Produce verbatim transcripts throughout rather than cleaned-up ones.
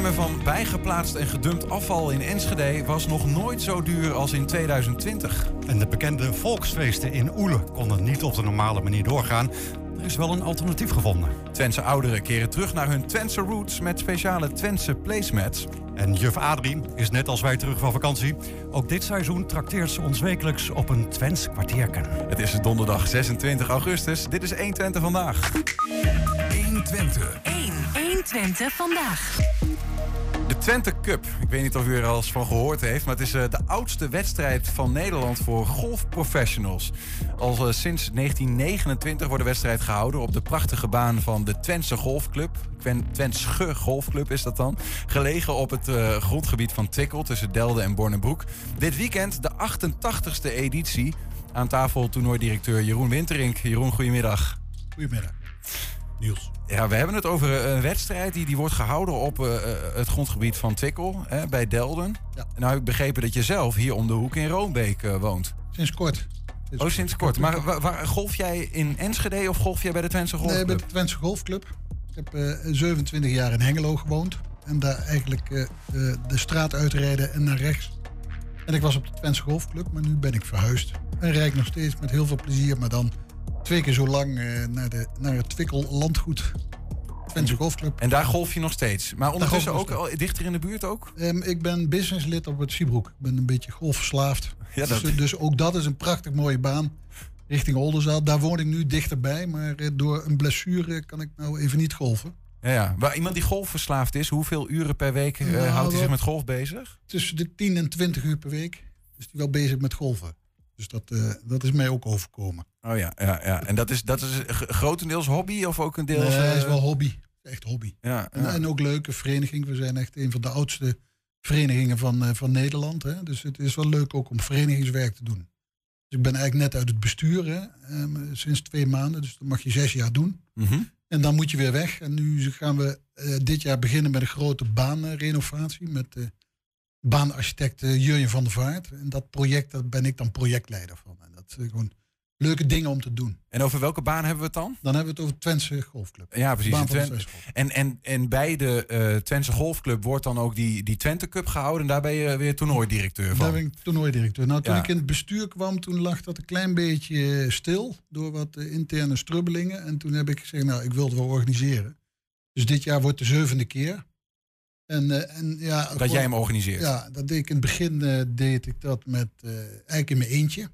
opruimen van bijgeplaatst en gedumpt afval in Enschede was nog nooit zo duur als in tweeduizend twintig. En de bekende volksfeesten in Oelen konden niet op de normale manier doorgaan. Er is wel een alternatief gevonden. Twentse ouderen keren terug naar hun Twentse roots met speciale Twentse placemats. En juf Adrie is net als wij terug van vakantie. Ook dit seizoen trakteert ze ons wekelijks op een Twents kwartierken. Het is donderdag zesentwintig augustus. Dit is honderdtwintig vandaag. honderdtwintig. honderdtwintig vandaag. De Twente Cup. Ik weet niet of u er al eens van gehoord heeft, maar het is uh, de oudste wedstrijd van Nederland voor golfprofessionals. Al uh, sinds negentien negenentwintig wordt de wedstrijd gehouden op de prachtige baan van de Twentse Golfclub. Twentse Golfclub is dat dan. Gelegen op het uh, grondgebied van Twickel tussen Delden en Bornebroek. Dit weekend de achtentachtigste editie. Aan tafel toernooidirecteur Jeroen Winterink. Jeroen, goedemiddag. Goedemiddag. Niels. Ja, we hebben het over een wedstrijd die, die wordt gehouden op uh, het grondgebied van Twickel, hè, bij Delden. Ja. Nou heb ik begrepen dat je zelf hier om de hoek in Roombeek uh, woont. Sinds kort. Sinds oh, sinds kort. kort. Maar waar, waar, golf jij in Enschede of golf jij bij de Twentse Golfclub? Nee, bij de Twentse Golfclub. Ik heb uh, zevenentwintig jaar in Hengelo gewoond. En daar eigenlijk uh, de, de straat uitrijden en naar rechts. En ik was op de Twentse Golfclub, maar nu ben ik verhuisd. En rijd nog steeds met heel veel plezier, maar dan twee keer zo lang uh, naar, de, naar het Twickel landgoed. Twentse Golfclub. En daar golf je nog steeds? Maar ondertussen ook al dichter in de buurt ook? Um, ik ben businesslid op het Siebroek. Ik ben een beetje golfverslaafd. Ja, dat... dus, dus ook dat is een prachtig mooie baan richting Oldenzaal. Daar woon ik nu dichterbij, maar uh, door een blessure kan ik nou even niet golfen. Ja, ja. Maar iemand die golfverslaafd is, hoeveel uren per week uh, nou, houdt hij zich met golf bezig? Tussen de tien en twintig uur per week is hij wel bezig met golfen. Dus dat, uh, dat is mij ook overkomen. Oh ja, ja, ja. En dat is, dat is grotendeels hobby of ook een deel? Nee, het is wel hobby. Echt hobby. Ja, ja. En, en ook leuke vereniging. We zijn echt een van de oudste verenigingen van, uh, van Nederland. Hè? Dus het is wel leuk ook om verenigingswerk te doen. Dus ik ben eigenlijk net uit het bestuur, hè? Um, sinds twee maanden. Dus dat mag je zes jaar doen. Mm-hmm. En dan moet je weer weg. En nu gaan we uh, dit jaar beginnen met een grote baanrenovatie. Met uh, baanarchitect uh, Jurjen van der Vaart. En dat project, daar ben ik dan projectleider van. En dat is uh, gewoon leuke dingen om te doen. En over welke baan hebben we het dan? Dan hebben we het over Twentse Golfclub. Ja, precies. De Twente. Twente en, en, en bij de uh, Twentse Golfclub wordt dan ook die, die Twente Cup gehouden. En daar ben je weer toernooidirecteur van. Daar ben ik toernooidirecteur. Nou, toen ja. ik in het bestuur kwam, toen lag dat een klein beetje stil. Door wat uh, interne strubbelingen. En toen heb ik gezegd, nou, ik wil het wel organiseren. Dus dit jaar wordt de zevende keer. En, uh, en, ja, dat gewoon, jij hem organiseert? Ja, dat deed ik in het begin uh, deed ik dat met uh, eigenlijk in mijn eentje.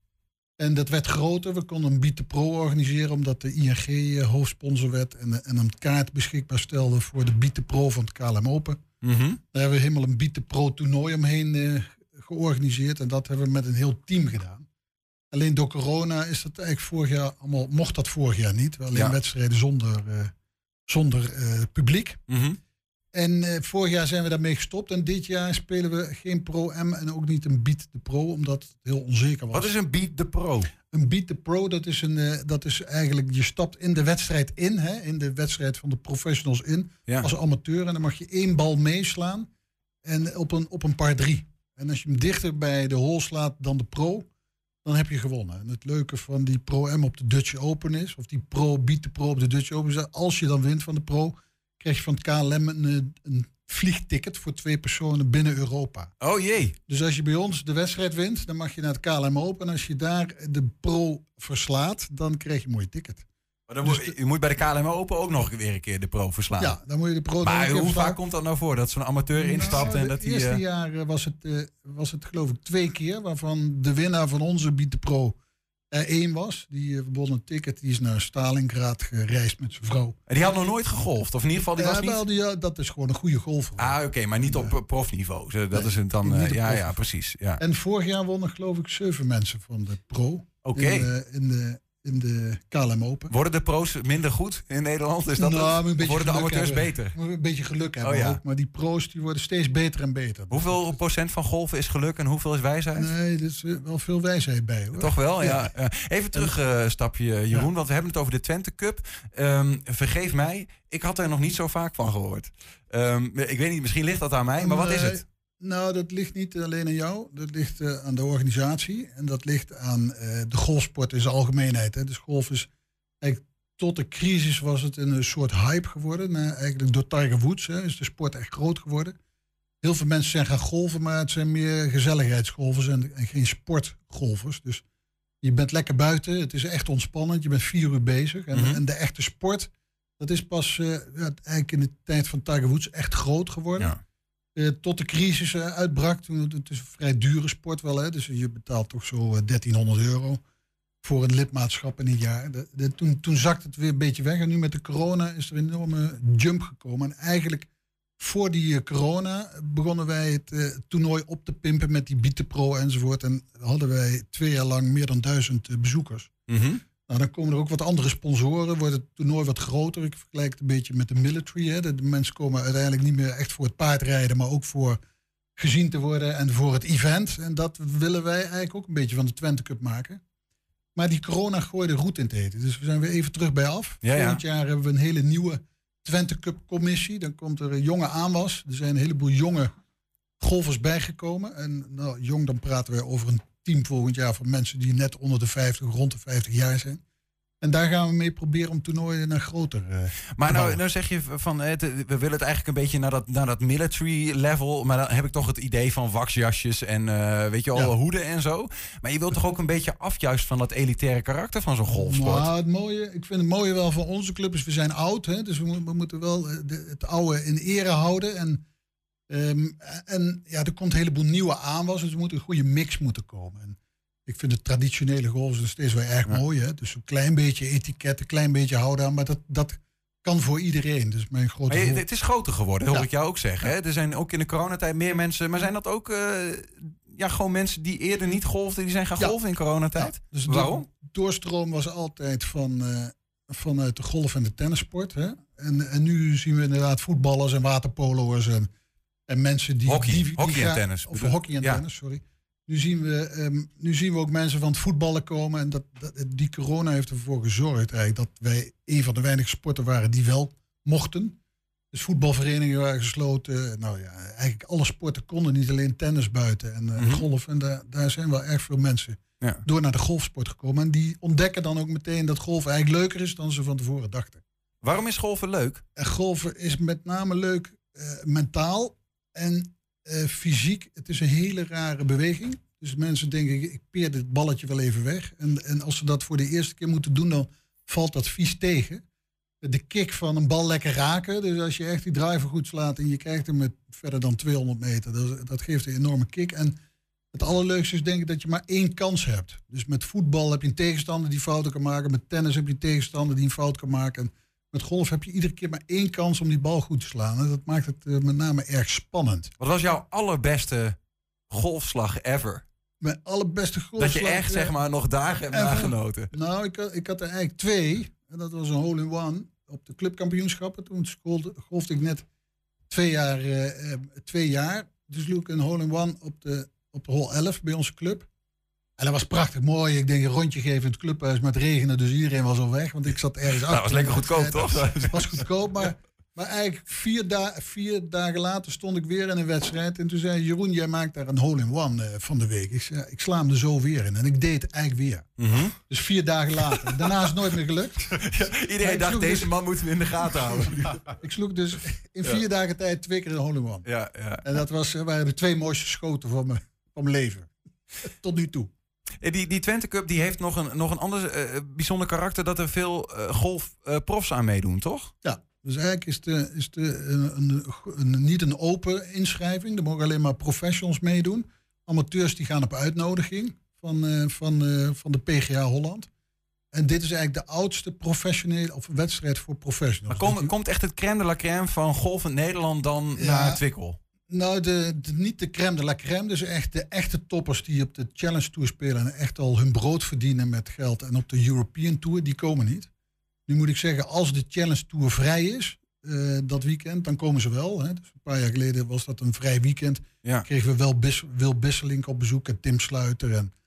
En dat werd groter. We konden een Beat the Pro organiseren, omdat de I N G uh, hoofdsponsor werd en, en een kaart beschikbaar stelde voor de Beat the Pro van het K L M Open. Mm-hmm. Daar hebben we helemaal een Beat the Pro toernooi omheen uh, georganiseerd. En dat hebben we met een heel team gedaan. Alleen door corona is dat eigenlijk vorig jaar allemaal, mocht dat vorig jaar niet. Alleen ja. wedstrijden zonder, uh, zonder uh, publiek. Mm-hmm. En uh, vorig jaar zijn we daarmee gestopt. En dit jaar spelen we geen Pro-M en ook niet een Beat the Pro, omdat het heel onzeker was. Wat is een Beat the Pro? Een Beat the Pro, dat is, een, uh, dat is eigenlijk, je stapt in de wedstrijd in, hè, in de wedstrijd van de professionals in, ja. als amateur. En dan mag je één bal meeslaan en op een, op een par drie. En als je hem dichter bij de hole slaat dan de Pro, dan heb je gewonnen. En het leuke van die Pro-M op de Dutch Open is, of die Pro Beat the Pro op de Dutch Open is, als je dan wint van de Pro, krijg je van het K L M een, een vliegticket voor twee personen binnen Europa. Oh jee. Dus als je bij ons de wedstrijd wint, dan mag je naar het K L M Open. En als je daar de Pro verslaat, dan krijg je een mooie ticket. Maar dan dus moet, je moet bij de K L M Open ook nog weer een keer de Pro verslaan. Ja, dan moet je de Pro. Maar hoe verslaan. Vaak komt dat nou voor? Dat zo'n amateur instapt nou, en dat hij... Het eerste uh... jaar was het, uh, was het geloof ik twee keer, waarvan de winnaar van onze Beat the Pro er één was. Die uh, won een ticket, die is naar Stalingrad gereisd met zijn vrouw. En die had nog nooit gegolfd? Of in ieder geval, die ja, was niet... wel, die, ja, dat is gewoon een goede golfer. Ah, oké, okay, maar niet op uh, profniveau. Dat nee, is het dan... Uh, ja, ja, precies. Ja. En vorig jaar wonnen geloof ik zeven mensen van de Pro. Oké. Okay. In, uh, in de... in de K L M Open. Worden de pro's minder goed in Nederland? Is dat nou, een worden de amateurs hebben. beter? Een beetje geluk hebben oh, ja. ook. Maar die pro's die worden steeds beter en beter. Hoeveel dus procent van golven is geluk en hoeveel is wijsheid? Nee, er is wel veel wijsheid bij, hoor. Toch wel, ja. ja. Even terug uh, stapje, Jeroen, ja. want we hebben het over de Twente Cup. Um, vergeef mij, ik had er nog niet zo vaak van gehoord. Um, ik weet niet, misschien ligt dat aan mij, maar wat is het? Nou, dat ligt niet alleen aan jou. Dat ligt uh, aan de organisatie. En dat ligt aan uh, de golfsport in zijn algemeenheid. Hè. Dus golf is eigenlijk tot de crisis was het een soort hype geworden. Nou, eigenlijk door Tiger Woods hè, is de sport echt groot geworden. Heel veel mensen zijn gaan golven, maar het zijn meer gezelligheidsgolfers en, en geen sportgolfers. Dus je bent lekker buiten, het is echt ontspannend, je bent vier uur bezig. En, mm-hmm. en de echte sport, dat is pas uh, ja, eigenlijk in de tijd van Tiger Woods echt groot geworden. Ja. Uh, tot de crisis uh, uitbrak, toen, het is een vrij dure sport wel, hè, dus je betaalt toch zo uh, dertienhonderd euro voor een lidmaatschap in een jaar. De, de, toen, toen zakte het weer een beetje weg en nu met de corona is er een enorme jump gekomen. En eigenlijk voor die uh, corona begonnen wij het uh, toernooi op te pimpen met die Bieten Pro enzovoort. En hadden wij twee jaar lang meer dan duizend uh, bezoekers. Mm-hmm. Nou, dan komen er ook wat andere sponsoren, wordt het toernooi wat groter. Ik vergelijk het een beetje met de military. Hè. De, de mensen komen uiteindelijk niet meer echt voor het paardrijden, maar ook voor gezien te worden en voor het event. En dat willen wij eigenlijk ook een beetje van de Twente Cup maken. Maar die corona gooide roet in het eten. Dus we zijn weer even terug bij af. Ja, ja. Volgend jaar hebben we een hele nieuwe Twente Cup commissie. Dan komt er een jonge aanwas. Er zijn een heleboel jonge golfers bijgekomen. En nou, jong, dan praten we over een team volgend jaar van mensen die net onder de vijftig, rond de vijftig jaar zijn. En daar gaan we mee proberen om toernooien naar groter uh, Maar nou, nou zeg je van, het, we willen het eigenlijk een beetje naar dat, naar dat military level. Maar dan heb ik toch het idee van waxjasjes en uh, weet je al, ja. hoeden en zo. Maar je wilt toch ook een beetje af juist van dat elitaire karakter van zo'n golfsport? Nou, het mooie, ik vind het mooie wel van onze club is, we zijn oud. Hè, dus we, we moeten wel de, het oude in ere houden. En, um, en ja, er komt een heleboel nieuwe aanwas. Dus er moet een goede mix moeten komen. En ik vind de traditionele golf nog steeds wel erg ja. mooi. Hè? Dus een klein beetje etiket, een klein beetje houden aan. Maar dat, dat kan voor iedereen. Dus mijn grote maar je, het is groter geworden, hoor ja. ik jou ook zeggen. Hè? Er zijn ook in de coronatijd meer mensen. Maar zijn dat ook uh, ja, gewoon mensen die eerder niet golfden, die zijn gaan ja. golven in coronatijd? Ja. Dus waarom? De doorstroom was altijd van, uh, vanuit de golf en de tennissport. Hè? En, en nu zien we inderdaad voetballers en waterpolo'ers en, en mensen die... Hockey, die, die hockey die en tennis. Of hockey en ja. tennis, sorry. Nu zien, we, um, nu zien we ook mensen van het voetballen komen. En dat, dat, die corona heeft ervoor gezorgd eigenlijk dat wij een van de weinige sporten waren die wel mochten. Dus voetbalverenigingen waren gesloten. Nou ja, eigenlijk alle sporten konden, niet alleen tennis buiten en uh, mm-hmm. golf. En da, daar zijn wel erg veel mensen ja. door naar de golfsport gekomen. En die ontdekken dan ook meteen dat golf eigenlijk leuker is dan ze van tevoren dachten. Waarom is golfen leuk? En golfen is met name leuk uh, mentaal en Uh, fysiek. Het is een hele rare beweging. Dus mensen denken, ik peer dit balletje wel even weg. En, en als ze dat voor de eerste keer moeten doen, dan valt dat vies tegen. De kick van een bal lekker raken. Dus als je echt die driver goed slaat en je krijgt hem met verder dan tweehonderd meter, dat, dat geeft een enorme kick. En het allerleukste is denk ik dat je maar één kans hebt. Dus met voetbal heb je een tegenstander die fouten kan maken. Met tennis heb je een tegenstander die een fout kan maken. En met golf heb je iedere keer maar één kans om die bal goed te slaan. En dat maakt het uh, met name erg spannend. Wat was jouw allerbeste golfslag ever? Mijn allerbeste golfslag? Dat je echt, zeg maar, nog dagen hebt nagenoten. Nou, ik, ik had er eigenlijk twee. En dat was een hole-in-one op de clubkampioenschappen. Toen golfde, golfde ik net twee jaar. Uh, twee jaar. Dus sloeg ik een hole-in-one op de, op de hole elf bij onze club. En dat was prachtig mooi. Ik denk een rondje geven in het clubhuis met regenen. Dus iedereen was al weg. Want ik zat ergens af. Dat was lekker goedkoop, toch? Dat was goedkoop. Maar, maar eigenlijk vier, da- vier dagen later stond ik weer in een wedstrijd. En toen zei Jeroen, jij maakt daar een hole-in-one uh, van de week. Ik zei, ja, ik sla hem er zo weer in. En ik deed het eigenlijk weer. Mm-hmm. Dus vier dagen later. Daarna is het nooit meer gelukt. Ja, iedereen dacht, deze dus, man moeten we in de gaten houden. Ik sloeg dus in vier ja. dagen tijd twee keer een hole-in-one. Ja, ja. En dat was, waren de twee mooiste schoten van mijn, van mijn leven. Tot nu toe. Die, die Twente Cup die heeft nog een, nog een ander uh, bijzonder karakter, dat er veel uh, golfprofs uh, aan meedoen, toch? Ja, dus eigenlijk is de, is de, een, een, een, niet een open inschrijving. Er mogen alleen maar professionals meedoen. Amateurs die gaan op uitnodiging van, uh, van, uh, van de P G A Holland. En dit is eigenlijk de oudste professionele of wedstrijd voor professionals. Maar kom, die, komt echt het crème de la crème van golfend Nederland dan ja, naar Twickel? Nou, de, de, niet de crème de la crème. Dus echt de echte toppers die op de Challenge Tour spelen en echt al hun brood verdienen met geld. En op de European Tour, die komen niet. Nu moet ik zeggen, als de Challenge Tour vrij is, uh, dat weekend, dan komen ze wel. Hè. Dus een paar jaar geleden was dat een vrij weekend. Ja. Kregen we wel Bis, Wil Besselink op bezoek en Tim Sluiter en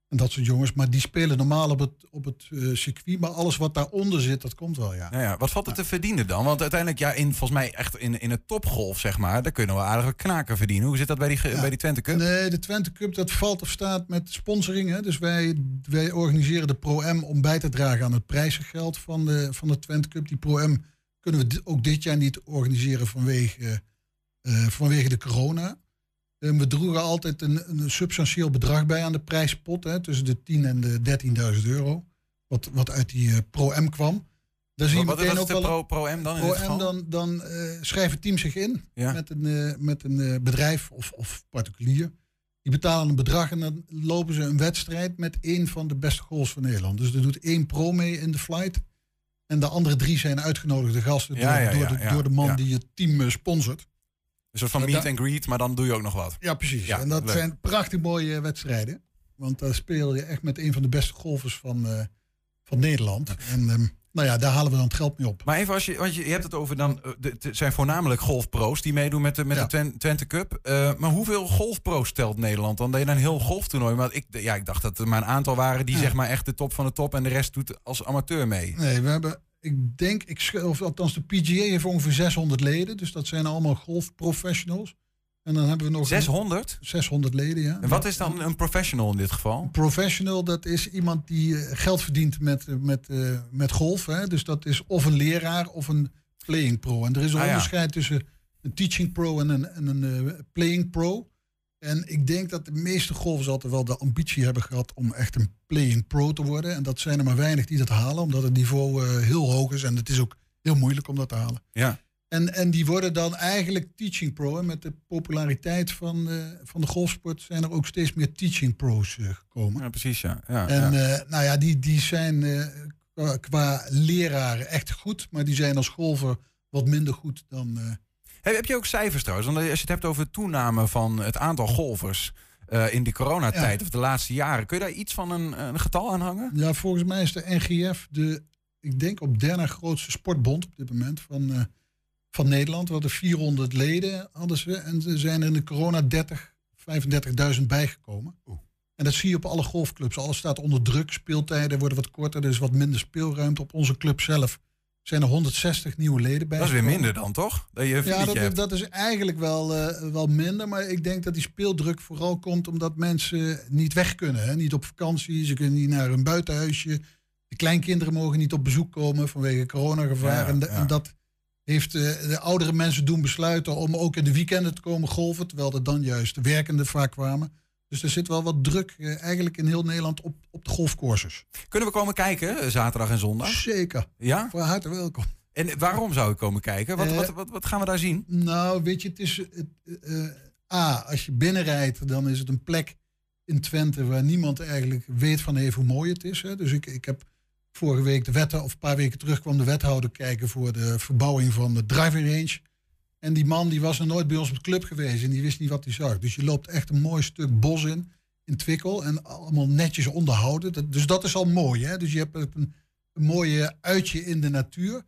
En dat soort jongens. Maar die spelen normaal op het, op het uh, circuit. Maar alles wat daaronder zit, dat komt wel, ja. Nou ja, wat valt er te verdienen dan? Want uiteindelijk, ja, in, volgens mij echt in, in het topgolf, zeg maar... daar kunnen we aardige knaken verdienen. Hoe zit dat bij die, ja. bij die Twente Cup? Nee, de Twente Cup, dat valt of staat met sponsoring. Hè. Dus wij, wij organiseren de Pro-M om bij te dragen aan het prijzengeld van de, van de Twente Cup. Die Pro-M kunnen we ook dit jaar niet organiseren vanwege, uh, vanwege de corona... We droegen altijd een, een substantieel bedrag bij aan de prijspot. Hè, tussen de tien en de dertienduizend euro. Wat, wat uit die uh, Pro-M kwam. Daar zie je wat meteen is ook de wel Pro, Pro-M dan? In Pro-M dan, dan uh, schrijven teams zich in. Ja. Met een, uh, met een uh, bedrijf of, of particulier. Die betalen een bedrag en dan lopen ze een wedstrijd met één van de beste golfs van Nederland. Dus er doet één pro mee in de flight. En de andere drie zijn uitgenodigde gasten ja, door, ja, door, de, ja, door de man ja. die het team uh, sponsort. Een soort van meet and greet, maar dan doe je ook nog wat. Ja, precies. Ja, en dat leuk. zijn prachtig mooie wedstrijden. Want daar speel je echt met een van de beste golfers van, uh, van Nederland. Ja. En um, nou ja, daar halen we dan het geld mee op. Maar even, als je, want je, je hebt het over dan... Het zijn voornamelijk golfpro's die meedoen met de, met ja. de Twente Cup. Uh, maar hoeveel golfpro's stelt Nederland dan? Dat je dan een heel golftoernooi... Maar ik, ja, ik dacht dat er maar een aantal waren die ja. zeg maar echt de top van de top... en de rest doet als amateur mee. Nee, we hebben... Ik denk, ik, of althans de P G A heeft ongeveer zeshonderd leden. Dus dat zijn allemaal golfprofessionals. En dan hebben we nog... zeshonderd? zeshonderd leden, ja. En wat is dan een professional in dit geval? Een professional, dat is iemand die uh, geld verdient met, uh, met, uh, met golf. Hè. Dus dat is of een leraar of een playing pro. En er is een ah, onderscheid ja. tussen een teaching pro en een, en een uh, playing pro. En ik denk dat de meeste golfers altijd wel de ambitie hebben gehad om echt een playing pro te worden. En dat zijn er maar weinig die dat halen, omdat het niveau uh, heel hoog is. En het is ook heel moeilijk om dat te halen. Ja. En, en die worden dan eigenlijk teaching pro. En met de populariteit van, uh, van de golfsport zijn er ook steeds meer teaching pro's uh, gekomen. Ja, precies, ja. ja en ja. Uh, nou ja, die, die zijn uh, qua, qua leraren echt goed. Maar die zijn als golfer wat minder goed dan... Uh, Heb je ook cijfers trouwens? Want als je het hebt over de toename van het aantal golfers uh, in die coronatijd ja. of de laatste jaren, kun je daar iets van een, een getal aan hangen? Ja, volgens mij is de N G F de, ik denk op derde grootste sportbond op dit moment van, uh, van Nederland. We hadden vierhonderd leden hadden ze en er zijn er in de corona dertig, vijfendertigduizend bijgekomen. Oeh. En dat zie je op alle golfclubs. Alles staat onder druk, speeltijden worden wat korter, er is wat minder speelruimte op onze club zelf. Zijn er honderdzestig nieuwe leden bij. Dat is weer minder dan, toch? Dat je ja, dat, dat is eigenlijk wel, uh, wel minder. Maar ik denk dat die speeldruk vooral komt omdat mensen niet weg kunnen. Hè? Niet op vakantie, ze kunnen niet naar een buitenhuisje. De kleinkinderen mogen niet op bezoek komen vanwege coronagevaar. Ja, en, de, ja. en dat heeft uh, de oudere mensen doen besluiten om ook in de weekenden te komen golven. Terwijl er dan juist de werkenden vaak kwamen. Dus er zit wel wat druk uh, eigenlijk in heel Nederland op, op de golfcourses. Kunnen we komen kijken, zaterdag en zondag? Zeker. Ja? Voor harte welkom. En waarom zou ik komen kijken? Wat, uh, wat, wat, wat gaan we daar zien? Nou, weet je, het is... Het, uh, A, als je binnenrijdt, dan is het een plek in Twente waar niemand eigenlijk weet van even hoe mooi het is. Hè. Dus ik, ik heb vorige week de wethouder, of een paar weken terug kwam de wethouder kijken voor de verbouwing van de driving range. En die man die was nog nooit bij ons op de club geweest en die wist niet wat hij zag. Dus je loopt echt een mooi stuk bos in, in Twickel en allemaal netjes onderhouden. Dat, dus dat is al mooi. Hè? Dus je hebt een, een mooie uitje in de natuur.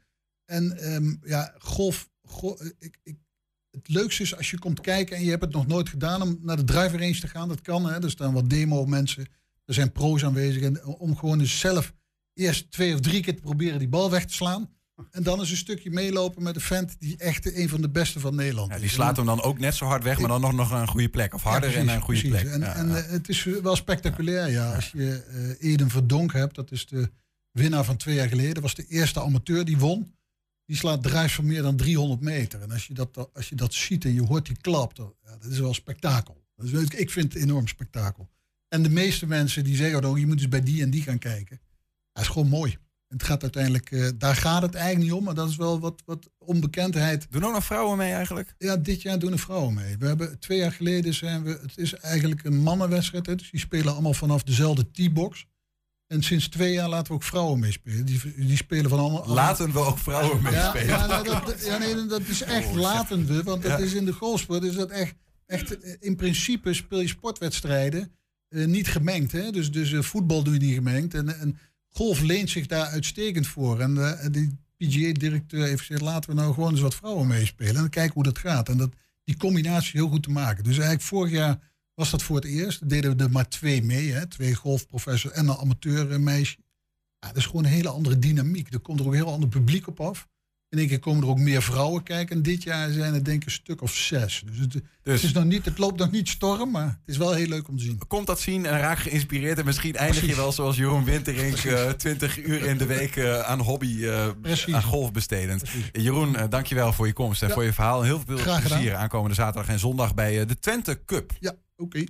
En um, ja, golf, golf ik, ik, het leukste is als je komt kijken en je hebt het nog nooit gedaan om naar de driving range te gaan. Dat kan, hè? Er staan wat demo mensen, er zijn pro's aanwezig. En om gewoon eens zelf eerst twee of drie keer te proberen die bal weg te slaan. En dan eens een stukje meelopen met een vent die echt een van de beste van Nederland is. Ja, die slaat hem dan ook net zo hard weg, maar dan nog, nog naar een goede plek. Of harder ja, precies, en naar een goede precies. plek. En, ja, en ja. Uh, het is wel spectaculair, ja. Als je uh, Eden Verdonk hebt, dat is de winnaar van twee jaar geleden. Was de eerste amateur die won. Die slaat drives van meer dan driehonderd meter. En als je dat, als je dat ziet en je hoort die klap, dan, ja, dat is wel spektakel. Dus ik vind het enorm spektakel. En de meeste mensen die zeggen, oh, je moet dus bij die en die gaan kijken. Dat is gewoon mooi. Het gaat uiteindelijk, uh, daar gaat het eigenlijk niet om, maar dat is wel wat, wat onbekendheid. Doen ook nog vrouwen mee eigenlijk? Ja, dit jaar doen er vrouwen mee. We hebben twee jaar geleden zijn we, het is eigenlijk een mannenwedstrijd, hè, dus die spelen allemaal vanaf dezelfde T-box. En sinds twee jaar laten we ook vrouwen meespelen. Die, die spelen van allemaal. Laten we ook vrouwen meespelen. Ja, ja, nou, dat, ja, nee, dat is echt oh, laten we, want dat ja. is in de golfsport is dat echt, echt. In principe speel je sportwedstrijden uh, niet gemengd, hè? Dus, dus uh, voetbal doe je niet gemengd en. en golf leent zich daar uitstekend voor. En uh, die P G A-directeur heeft gezegd, laten we nou gewoon eens wat vrouwen meespelen. En dan kijken hoe dat gaat. En dat, die combinatie heel goed te maken. Dus eigenlijk vorig jaar was dat voor het eerst. Deden we er maar twee mee. Hè? Twee golfprofessors en een amateurmeisje. Ja, dat is gewoon een hele andere dynamiek. Er komt er ook een heel ander publiek op af. In één keer komen er ook meer vrouwen kijken. En dit jaar zijn het denk ik een stuk of zes. Dus het, dus. Het, is nog niet, het loopt nog niet storm, maar het is wel heel leuk om te zien. Komt dat zien en raak geïnspireerd. En misschien eindig Precies. je wel zoals Jeroen Winterink... Uh, twintig uur in de week uh, aan hobby, uh, aan golf bestedend. Precies. Jeroen, uh, dankjewel voor je komst en ja. voor je verhaal. Heel veel Graag plezier gedaan. Aankomende zaterdag en zondag bij uh, de Twente Cup. Ja, oké. Okay.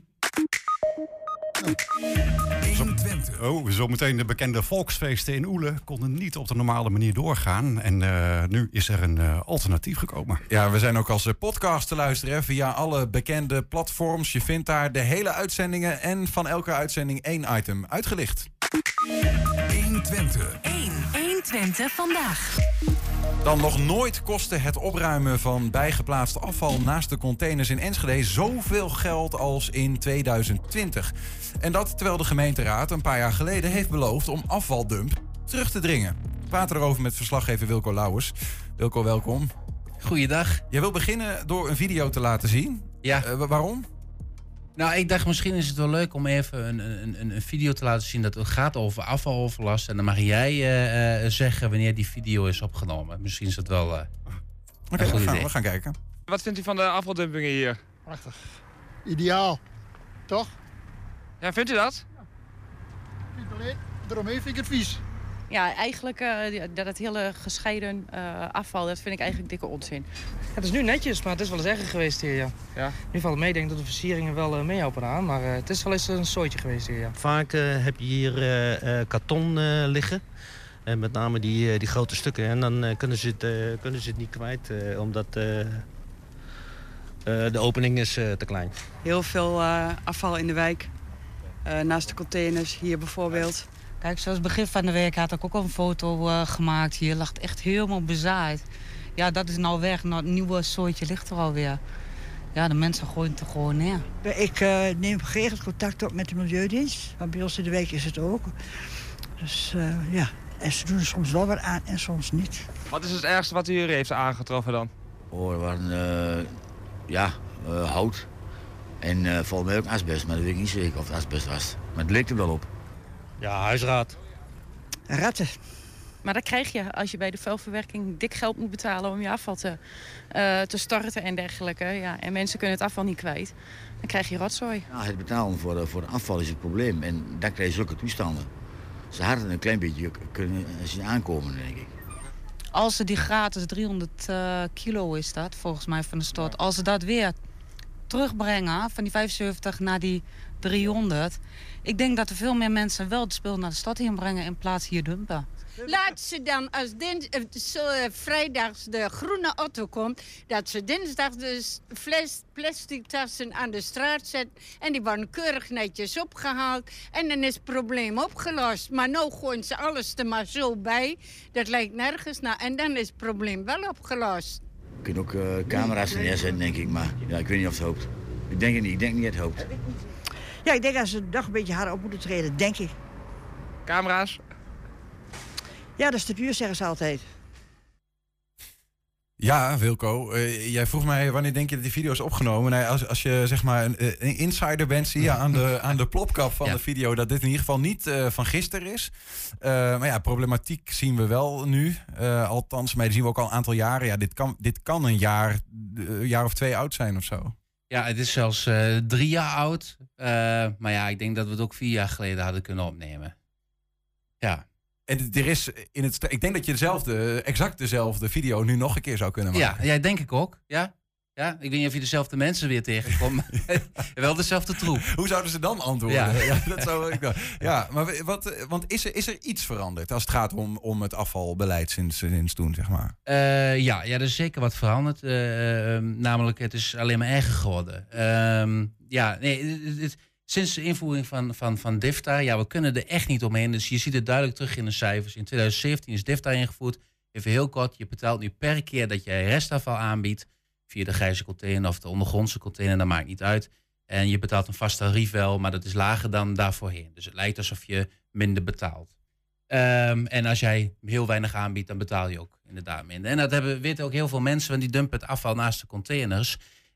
Oh, zometeen de bekende volksfeesten in Oele konden niet op de normale manier doorgaan. En uh, nu is er een uh, alternatief gekomen. Ja, we zijn ook als podcast te luisteren via alle bekende platforms. Je vindt daar de hele uitzendingen en van elke uitzending één item uitgelicht. honderdtwintig. honderdtwintig vandaag. Dan nog nooit kostte het opruimen van bijgeplaatst afval naast de containers in Enschede zoveel geld als in tweeduizend twintig. En dat terwijl de gemeenteraad een paar jaar geleden heeft beloofd om afvaldump terug te dringen. We praten erover met verslaggever Wilco Lauwers. Wilco, welkom. Goeiedag. Jij wil beginnen door een video te laten zien. Ja. Uh, waarom? Nou, ik dacht misschien is het wel leuk om even een, een, een video te laten zien dat het gaat over afvaloverlast. En dan mag jij uh, uh, zeggen wanneer die video is opgenomen. Misschien is het wel uh, Oké, okay, we, gaan, we gaan kijken. Wat vindt u van de afvaldumpingen hier? Prachtig. Ideaal. Toch? Ja, vindt u dat? Ja. Alleen, daaromheen vind ik het vies. Ja, eigenlijk uh, dat het hele gescheiden uh, afval, dat vind ik eigenlijk dikke onzin. Ja, het is nu netjes, maar het is wel eens erger geweest hier, ja. ja. Nu valt het mee, ik denk dat de versieringen wel uh, meehelpen aan, maar uh, het is wel eens een soortje geweest hier, ja. Vaak uh, heb je hier uh, uh, karton uh, liggen, en met name die, uh, die grote stukken. En dan uh, kunnen, ze het, uh, kunnen ze het niet kwijt, uh, omdat uh, uh, de opening is uh, te klein. Heel veel uh, afval in de wijk, uh, naast de containers, hier bijvoorbeeld. Kijk, zoals begin van de week had ik ook al een foto uh, gemaakt. Hier lag echt helemaal bezaaid. Ja, dat is nou weg. Nou, het nieuwe soortje ligt er alweer. Ja, de mensen gooien het er gewoon neer. Ik uh, neem geregeld contact op met de Milieudienst. Maar bij ons in de week is het ook. Dus uh, ja, en ze doen er soms wel wat aan en soms niet. Wat is het ergste wat u hier heeft aangetroffen dan? Oh, er waren uh, ja, uh, hout. En uh, volgens mij ook asbest, maar dat weet ik niet zeker of het asbest was. Maar het leek er wel op. Ja, huisraad. Ratten. Maar dat krijg je als je bij de vuilverwerking dik geld moet betalen om je afval te, uh, te starten en dergelijke. Ja, en mensen kunnen het afval niet kwijt. Dan krijg je rotzooi. Ja, het betalen voor de, voor de afval is het probleem. En dan krijg je zulke toestanden. Ze hadden een klein beetje kunnen zien aankomen, denk ik. Als ze die gratis driehonderd uh, kilo is dat, volgens mij van de stad. Als ze dat weer terugbrengen, van die vijfenzeventig naar die driehonderd. Ik denk dat er veel meer mensen wel het spul naar de stad inbrengen in plaats hier dumpen. Laat ze dan, als dins, uh, vrijdags de groene auto komt, dat ze dinsdag de fles, plastic tassen aan de straat zetten en die worden keurig netjes opgehaald en dan is het probleem opgelost. Maar nu gooien ze alles er maar zo bij, dat lijkt nergens naar en dan is het probleem wel opgelost. Je kunt ook uh, camera's neerzetten, denk ik, maar ja, ik weet niet of het hoopt. Ik denk het niet, ik denk niet dat het hoopt. Ja, ik denk dat ze nog een beetje harder op moeten treden, denk ik. Camera's? Ja, dat is te duur, zeggen ze altijd. Ja, Wilco, uh, jij vroeg mij wanneer denk je dat die video is opgenomen. Nou, als, als je zeg maar een, een insider bent, zie je aan de, aan de plopkap van ja. de video dat dit in ieder geval niet uh, van gisteren is. Uh, maar ja, problematiek zien we wel nu. Uh, althans, maar die zien we ook al een aantal jaren. Ja, dit kan, dit kan een jaar, een jaar of twee oud zijn of zo. Ja, het is zelfs uh, drie jaar oud. Uh, maar ja, ik denk dat we het ook vier jaar geleden hadden kunnen opnemen. Ja. En er is in het, ik denk dat je dezelfde, exact dezelfde video nu nog een keer zou kunnen maken. Ja, ja denk ik ook. Ja. Ja, ik weet niet of je dezelfde mensen weer tegenkomt, maar wel dezelfde troep. Hoe zouden ze dan antwoorden? Ja, ja dat zou ik dan. Ja, maar wat, want is er, is er iets veranderd als het gaat om, om het afvalbeleid sinds, sinds toen, zeg maar? Uh, ja, ja, er is zeker wat veranderd. Uh, uh, namelijk, het is alleen maar erger geworden. Uh, ja, nee, het, het, sinds de invoering van, van, van DIFTA, ja, we kunnen er echt niet omheen. Dus je ziet het duidelijk terug in de cijfers. In tweeduizend zeventien is DIFTA ingevoerd. Even heel kort, je betaalt nu per keer dat jij restafval aanbiedt, via de grijze container of de ondergrondse container, dat maakt niet uit. En je betaalt een vast tarief wel, maar dat is lager dan daarvoorheen. Dus het lijkt alsof je minder betaalt. Um, en als jij heel weinig aanbiedt, dan betaal je ook inderdaad minder. En dat hebben, weten ook heel veel mensen, want die dumpen het afval naast de containers.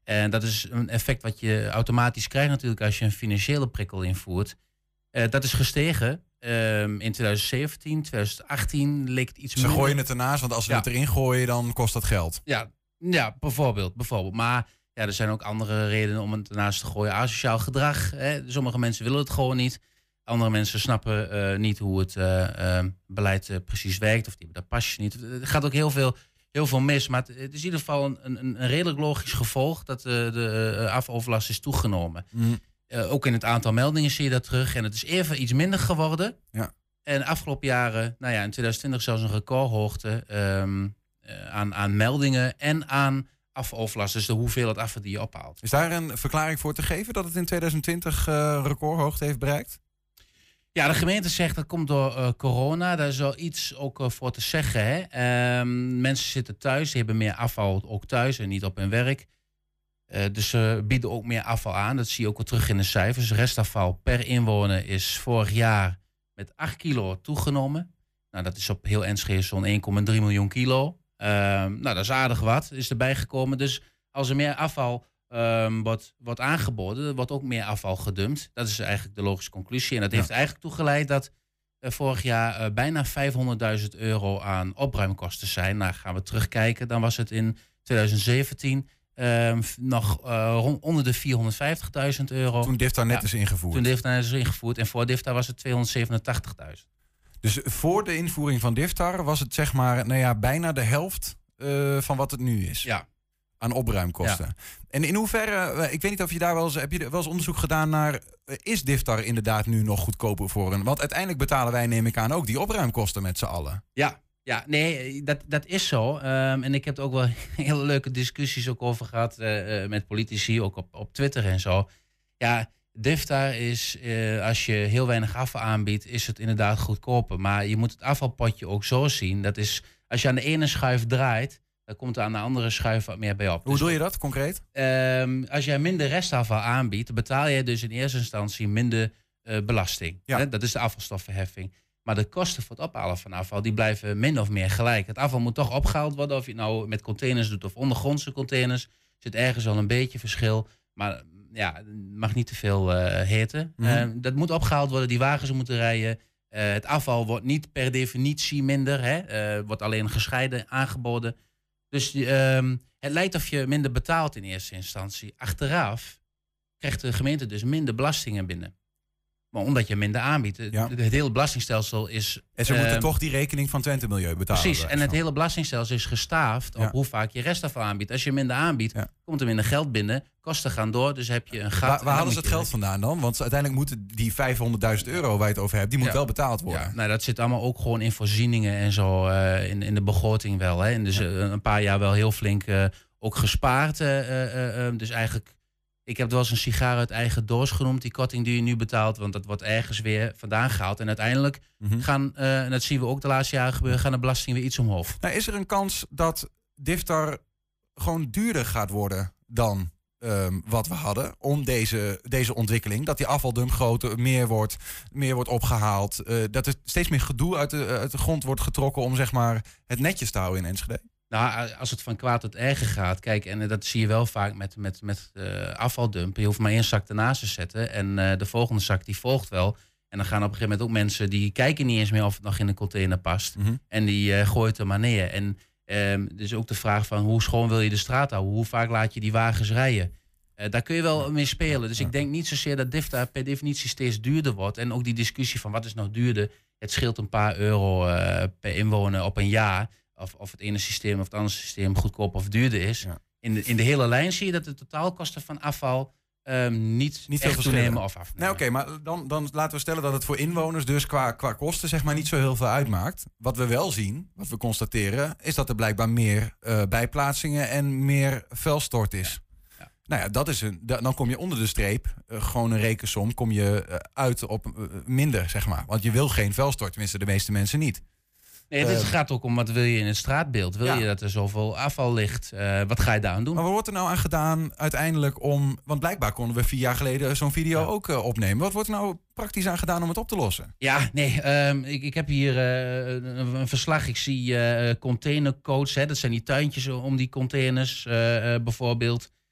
En dat is een effect wat je automatisch krijgt natuurlijk als je een financiële prikkel invoert. Uh, dat is gestegen. Um, in twintig zeventien, twintig achttien leek het iets Ze minder. gooien het ernaast, want als ze Ja. het erin gooien, dan kost dat geld. Ja, ja bijvoorbeeld, bijvoorbeeld. Maar ja, er zijn ook andere redenen om het ernaast te gooien. Asociaal gedrag. Hè. Sommige mensen willen het gewoon niet. Andere mensen snappen uh, niet hoe het uh, uh, beleid uh, precies werkt. Of die hebben dat pasje niet. Er gaat ook heel veel, heel veel mis. Maar het, het is in ieder geval een, een, een redelijk logisch gevolg dat uh, de uh, afvaloverlast is toegenomen. Mm. Uh, ook in het aantal meldingen zie je dat terug. En het is even iets minder geworden. Ja. En de afgelopen jaren, nou ja, in twintig twintig zelfs een recordhoogte um, uh, aan, aan meldingen en aan afvaloverlast. Dus de hoeveelheid afval die je ophaalt. Is daar een verklaring voor te geven dat het in twintig twintig uh, recordhoogte heeft bereikt? Ja, de gemeente zegt dat komt door uh, corona. Daar is wel iets ook uh, voor te zeggen. Hè? Um, mensen zitten thuis, die hebben meer afval ook thuis en niet op hun werk. Uh, dus ze uh, bieden ook meer afval aan. Dat zie je ook wel terug in de cijfers. Restafval per inwoner is vorig jaar met acht kilo toegenomen. Nou, dat is op heel Enschede zo'n één komma drie miljoen kilo. Uh, nou, dat is aardig wat, is erbij gekomen. Dus als er meer afval um, wordt, wordt aangeboden, er wordt ook meer afval gedumpt. Dat is eigenlijk de logische conclusie. En dat Ja. heeft eigenlijk toegeleid dat uh, vorig jaar uh, bijna vijfhonderdduizend euro aan opruimkosten zijn. Nou, gaan we terugkijken, dan was het in twintig zeventien... Um, nog uh, rond, onder de vierhonderdvijftigduizend euro. Toen DIFTA net Ja, is ingevoerd. Toen DIFTA net is ingevoerd. En voor DIFTA was het tweehonderdzevenentachtigduizend. Dus voor de invoering van DIFTA was het zeg maar nou ja, bijna de helft uh, van wat het nu is. Ja. Aan opruimkosten. Ja. En in hoeverre, uh, ik weet niet of je daar wel eens, heb je wel eens onderzoek gedaan naar, uh, is DIFTA inderdaad nu nog goedkoper voor een? Want uiteindelijk betalen wij, neem ik aan, ook die opruimkosten met z'n allen. Ja. Ja, nee, dat, dat is zo. Um, en ik heb er ook wel hele leuke discussies ook over gehad uh, uh, met politici, ook op, op Twitter en zo. Ja, DIFTA is, uh, als je heel weinig afval aanbiedt, is het inderdaad goedkoper. Maar je moet het afvalpotje ook zo zien. Dat is, als je aan de ene schuif draait, dan komt er aan de andere schuif wat meer bij op. Hoe dus, doe je dat concreet? Um, als jij minder restafval aanbiedt, betaal je dus in eerste instantie minder uh, belasting. Ja. Hè? Dat is de afvalstoffenheffing. Maar de kosten voor het ophalen van afval, die blijven min of meer gelijk. Het afval moet toch opgehaald worden, of je het nou met containers doet of ondergrondse containers. Er zit ergens al een beetje verschil, maar ja, het mag niet te veel uh, heten. Mm-hmm. Uh, dat moet opgehaald worden, die wagens moeten rijden. Uh, het afval wordt niet per definitie minder, hè? Uh, wordt alleen gescheiden aangeboden. Dus uh, het lijkt of je minder betaalt in eerste instantie. Achteraf krijgt de gemeente dus minder belastingen binnen. Maar omdat je minder aanbiedt. Ja. Het hele belastingstelsel is... En ze uh, moeten toch die rekening van Twente Milieu betalen. Precies, en het hele belastingstelsel is gestaafd op ja. hoe vaak je restafval aanbiedt. Als je minder aanbiedt, ja. komt er minder geld binnen. Kosten gaan door, dus heb je een gat. Waar, waar halen ze het geld vandaan dan? Want uiteindelijk moeten die vijfhonderdduizend euro waar je het over hebt, die moet ja. wel betaald worden. Ja, nou, dat zit allemaal ook gewoon in voorzieningen en zo uh, in, in de begroting wel. Hè. En dus ja. uh, een paar jaar wel heel flink uh, ook gespaard. Uh, uh, uh, dus eigenlijk... Ik heb het wel eens een sigaar uit eigen doos genoemd, die korting die je nu betaalt, want dat wordt ergens weer vandaan gehaald. En uiteindelijk mm-hmm. gaan, uh, en dat zien we ook de laatste jaren gebeuren, gaan de belastingen weer iets omhoog. Nou, is er een kans dat DIFTA gewoon duurder gaat worden dan um, wat we hadden, om deze, deze ontwikkeling, dat die afvaldump groter, meer wordt, meer wordt opgehaald, uh, dat er steeds meer gedoe uit de, uit de grond wordt getrokken om zeg maar het netjes te houden in Enschede? Nou, als het van kwaad tot erger gaat, kijk, en dat zie je wel vaak met, met, met uh, afvaldumpen. Je hoeft maar één zak ernaast te zetten en uh, de volgende zak die volgt wel. En dan gaan op een gegeven moment ook mensen die kijken niet eens meer of het nog in de container past. Mm-hmm. En die uh, gooien het er maar neer. En um, dus ook de vraag van hoe schoon wil je de straat houden? Hoe vaak laat je die wagens rijden? Uh, daar kun je wel mee spelen. Dus ja. ik denk niet zozeer dat DIFTA per definitie steeds duurder wordt. En ook die discussie van wat is nou duurder? Het scheelt een paar euro uh, per inwoner op een jaar. Of, of het ene systeem of het andere systeem goedkoop of duurder is. Ja. In, de, in de hele lijn zie je dat de totaalkosten van afval um, niet, niet veel toenemen of afnemen. Nou, Oké, okay, maar dan, dan laten we stellen dat het voor inwoners dus qua, qua kosten zeg maar niet zo heel veel uitmaakt. Wat we wel zien, wat we constateren, is dat er blijkbaar meer uh, bijplaatsingen en meer vuilstort is. Ja. Ja. Nou ja, dat is een, dan kom je onder de streep, uh, gewoon een rekensom, kom je uh, uit op uh, minder, zeg maar. Want je wil geen vuilstort, tenminste de meeste mensen niet. Nee, dit uh, gaat ook om wat wil je in het straatbeeld. Wil ja. je dat er zoveel afval ligt? Uh, wat ga je daar aan doen? Maar wat wordt er nou aan gedaan uiteindelijk om... Want blijkbaar konden we vier jaar geleden zo'n video ja. ook uh, opnemen. Wat wordt er nou praktisch aan gedaan om het op te lossen? Ja, nee, um, ik, ik heb hier uh, een, een verslag. Ik zie uh, containercodes. Hè, dat zijn die tuintjes om die containers uh, uh, bijvoorbeeld.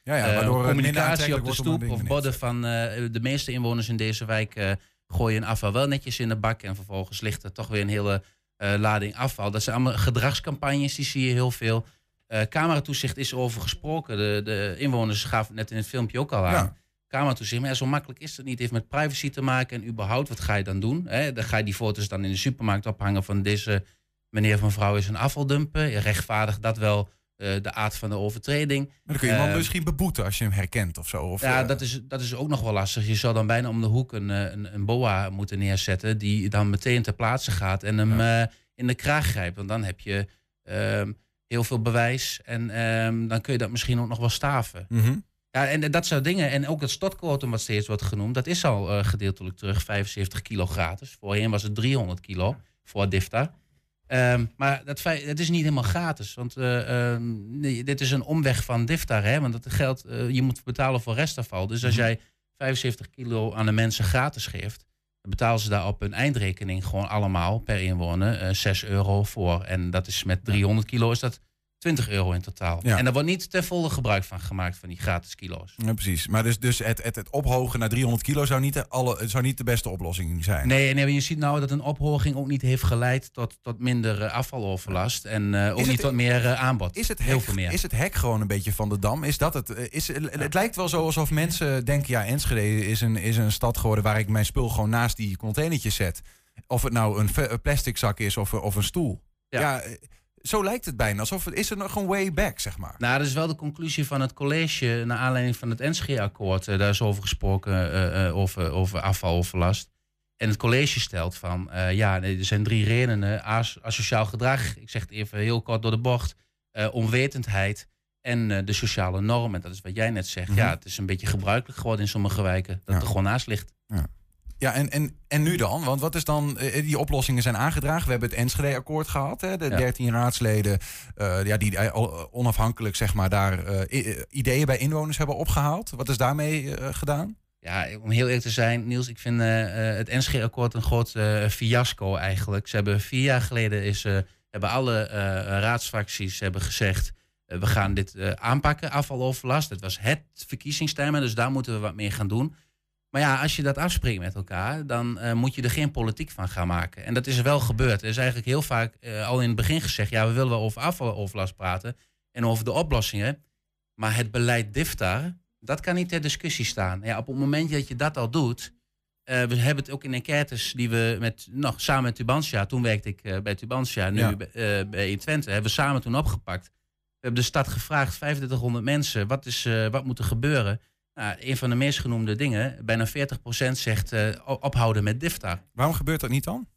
Ja, ja, waardoor uh, communicatie op de wordt stoep of borden van uh, de meeste inwoners in deze wijk uh, gooien hun afval wel netjes in de bak en vervolgens ligt er toch weer een hele uh, lading afval. Dat zijn allemaal gedragscampagnes, die zie je heel veel. Uh, cameratoezicht is over gesproken. De, de inwoners gaven net in het filmpje ook al aan. Ja. Cameratoezicht, maar ja, zo makkelijk is het niet. Het heeft met privacy te maken en überhaupt, wat ga je dan doen? Hè? Dan ga je die foto's dan in de supermarkt ophangen van deze meneer of mevrouw is een afvaldumper. Je rechtvaardigt dat wel uh, de aard van de overtreding. Maar dan kun je iemand uh, misschien beboeten als je hem herkent of zo. Of, ja, uh... dat is, dat is ook nog wel lastig. Je zou dan bijna om de hoek een, een, een boa moeten neerzetten die dan meteen ter plaatse gaat en hem ja. uh, in de kraag grijpt. Want dan heb je uh, heel veel bewijs en uh, dan kun je dat misschien ook nog wel staven. Mm-hmm. Ja, en dat soort dingen. En ook het stotquotum wat steeds wordt genoemd, dat is al uh, gedeeltelijk terug, vijfenzeventig kilo gratis. Voorheen was het driehonderd kilo voor DIFTA. Um, maar dat feit, het is niet helemaal gratis. Want uh, um, nee, dit is een omweg van DIFTA. Hè? Want dat geldt, uh, je moet betalen voor restafval. Dus als jij vijfenzeventig kilo aan de mensen gratis geeft, dan betalen ze daar op hun eindrekening gewoon allemaal per inwoner uh, zes euro voor. En dat is met driehonderd kilo is dat twintig euro in totaal. Ja. En daar wordt niet ten volle gebruik van gemaakt van die gratis kilo's. Ja, precies. Maar dus, dus het, het, het ophogen naar driehonderd kilo zou niet, de, alle, zou niet de beste oplossing zijn. Nee, nee, je ziet nou dat een ophoging ook niet heeft geleid tot, tot minder uh, afvaloverlast. En uh, ook is niet het, tot meer uh, aanbod. Is het, Heel hek, veel meer. Is het hek gewoon een beetje van de dam? Is dat het? Is, ja. Het lijkt wel zo alsof mensen denken, ja, Enschede is een, is een stad geworden waar ik mijn spul gewoon naast die containertjes zet. Of het nou een, een plastic zak is of, of een stoel. Ja. ja Zo lijkt het bijna, alsof het is er nog een way back, zeg maar. Nou, dat is wel de conclusie van het college naar aanleiding van het Enschede-akkoord. Uh, daar is over gesproken, uh, uh, over, over afvaloverlast. En het college stelt van, uh, ja, er zijn drie redenen. As, asociaal gedrag, ik zeg het even heel kort door de bocht. Uh, onwetendheid en uh, de sociale norm. En dat is wat jij net zegt. Mm-hmm. Ja, het is een beetje gebruikelijk geworden in sommige wijken. Dat ja. er gewoon naast ligt. Ja. Ja, en, en, en nu dan? Want wat is dan... Die oplossingen zijn aangedragen. We hebben het Enschede-akkoord gehad. Hè? De ja. dertien raadsleden uh, ja, die onafhankelijk zeg maar, daar uh, ideeën bij inwoners hebben opgehaald. Wat is daarmee uh, gedaan? Ja, om heel eerlijk te zijn, Niels, ik vind uh, het Enschede-akkoord een groot uh, fiasco eigenlijk. Ze hebben vier jaar geleden is, uh, hebben alle uh, raadsfracties hebben gezegd, uh, we gaan dit uh, aanpakken, afvaloverlast. Het was het verkiezingstermen, dus daar moeten we wat mee gaan doen. Maar ja, als je dat afspreekt met elkaar, dan uh, moet je er geen politiek van gaan maken. En dat is wel gebeurd. Er is eigenlijk heel vaak uh, al in het begin gezegd, ja, we willen wel over afvaloverlast praten en over de oplossingen. Maar het beleid DIFTA, dat kan niet ter discussie staan. Ja, op het moment dat je dat al doet, uh, we hebben het ook in enquêtes die we met, nog samen met Tubantia, toen werkte ik uh, bij Tubantia, nu ja. uh, bij in Twente, hebben we samen toen opgepakt. We hebben de stad gevraagd, vijfentwintighonderd mensen, wat, is, uh, wat moet er gebeuren? Nou, een van de meest genoemde dingen, bijna veertig procent zegt uh, ophouden met DIFTA. Waarom gebeurt dat niet dan?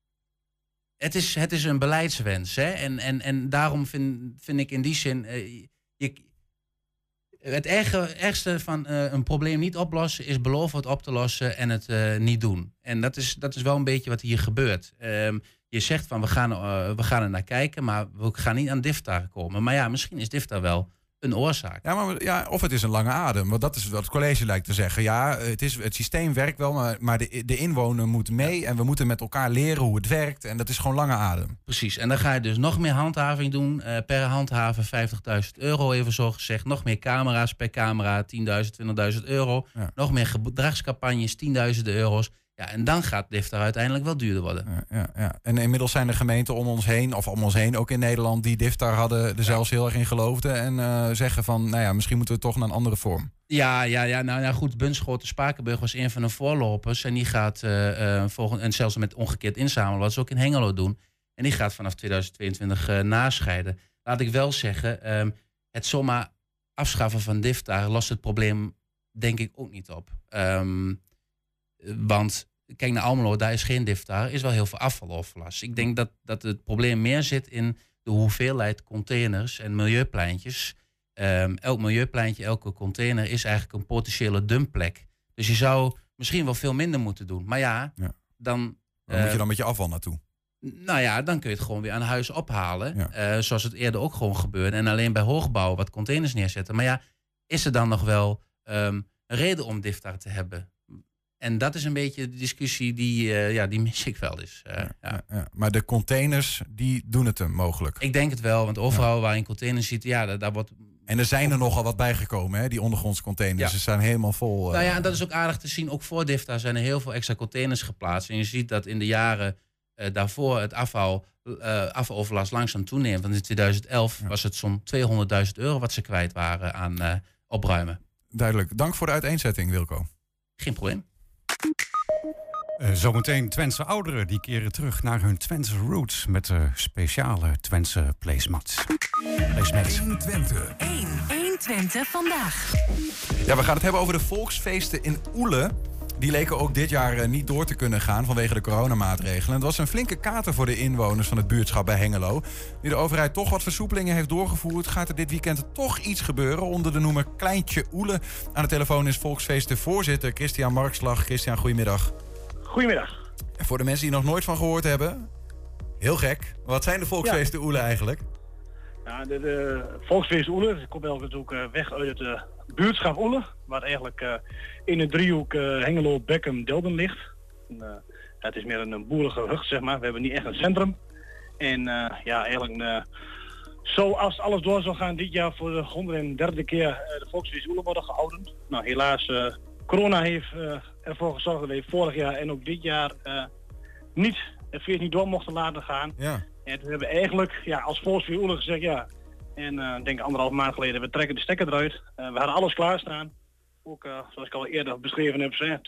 Het is, het is een beleidswens. Hè? En, en, en daarom vind, vind ik in die zin... Uh, je, het erge, ergste van uh, een probleem niet oplossen is beloven het op te lossen en het uh, niet doen. En dat is, dat is wel een beetje wat hier gebeurt. Um, je zegt van we gaan, uh, we gaan er naar kijken, maar we gaan niet aan DIFTA komen. Maar ja, misschien is DIFTA wel een oorzaak. Ja, maar, ja, of het is een lange adem. Want dat is wat het college lijkt te zeggen. Ja, het, is, het systeem werkt wel, maar, maar de, de inwoner moet mee. Ja. En we moeten met elkaar leren hoe het werkt. En dat is gewoon lange adem. Precies. En dan ga je dus nog meer handhaving doen. Uh, per handhaven vijftigduizend euro, even zo gezegd. Nog meer camera's per camera, tienduizend, twintigduizend euro. Ja. Nog meer gedragscampagnes, tienduizenden euro's. Ja, en dan gaat DIFTA uiteindelijk wel duurder worden. Ja, ja, ja. En inmiddels zijn er gemeenten om ons heen, of om ons heen, ook in Nederland, die DIFTA hadden, er ja. zelfs heel erg in geloofden. En uh, zeggen van, nou ja, misschien moeten we toch naar een andere vorm. Ja, ja, ja nou ja, goed. Bunschoten Spakenburg was een van de voorlopers. En die gaat uh, uh, volgend, en zelfs met omgekeerd inzamelen, wat ze ook in Hengelo doen. En die gaat vanaf tweeduizend tweeëntwintig uh, nascheiden. Laat ik wel zeggen, um, het zomaar afschaffen van DIFTA lost het probleem denk ik ook niet op. Um, Want kijk naar Almelo, daar is geen DIFTA, er is wel heel veel afvaloverlast. Ik denk dat, dat het probleem meer zit in de hoeveelheid containers en milieupleintjes. Um, elk milieupleintje, elke container is eigenlijk een potentiële dumpplek. Dus je zou misschien wel veel minder moeten doen. Maar ja, ja. dan... Waar uh, moet je dan met je afval naartoe? Nou ja, dan kun je het gewoon weer aan huis ophalen. Ja. Uh, zoals het eerder ook gewoon gebeurde. En alleen bij hoogbouw wat containers neerzetten. Maar ja, is er dan nog wel um, een reden om DIFTA te hebben? En dat is een beetje de discussie die, uh, ja, die mis ik wel eens. Uh, ja, ja. Ja. Maar de containers, die doen het hem mogelijk? Ik denk het wel, want overal ja. waar je een container ziet, ja, daar, daar wordt En er zijn er nogal wat bijgekomen, hè? Die ondergrondse containers. Ja. Ze staan helemaal vol. Uh... Nou ja, en dat is ook aardig te zien. Ook voor DIFTA zijn er heel veel extra containers geplaatst. En je ziet dat in de jaren uh, daarvoor het afval, uh, afvaloverlast langzaam toeneemt. Want in tweeduizend elf ja. was het zo'n tweehonderdduizend euro wat ze kwijt waren aan uh, opruimen. Duidelijk. Dank voor de uiteenzetting, Wilco. Geen probleem. Uh, zometeen Twentse ouderen die keren terug naar hun Twentse roots met uh, speciale Twentse placemats. Placemats. één Twente. één Twente vandaag. Ja, we gaan het hebben over de volksfeesten in Oele. Die leken ook dit jaar uh, niet door te kunnen gaan vanwege de coronamaatregelen. Het was een flinke kater voor de inwoners van het buurtschap bij Hengelo. Nu de overheid toch wat versoepelingen heeft doorgevoerd, gaat er dit weekend toch iets gebeuren onder de noemer Kleintje Oele. Aan de telefoon is volksfeesten voorzitter Christian Markslag. Christian, goedemiddag. Goedemiddag. En voor de mensen die nog nooit van gehoord hebben, heel gek. Wat zijn de volksfeesten ja. Oele eigenlijk? Ja, de, de volksfeest Oele, dat komt eigenlijk ook uh, weg uit het uh, buurtschap Oele, waar eigenlijk uh, in de driehoek uh, Hengelo, Beckum, Delden ligt. En, uh, het is meer een, een boerengehucht, zeg maar. We hebben niet echt een centrum. En uh, ja, eigenlijk uh, zoals alles door zou gaan dit jaar voor de honderdderde keer uh, de volksfeest Oele worden gehouden. Nou, helaas, uh, corona heeft uh, ervoor gezorgd dat we vorig jaar en ook dit jaar uh, niet, het feest niet door mochten laten gaan. Ja. En toen hebben we eigenlijk ja, als volksfeest Oele gezegd ja. En uh, denk anderhalf maand geleden, we trekken de stekker eruit. Uh, we hadden alles klaarstaan. Ook uh, zoals ik al eerder beschreven heb. Zei,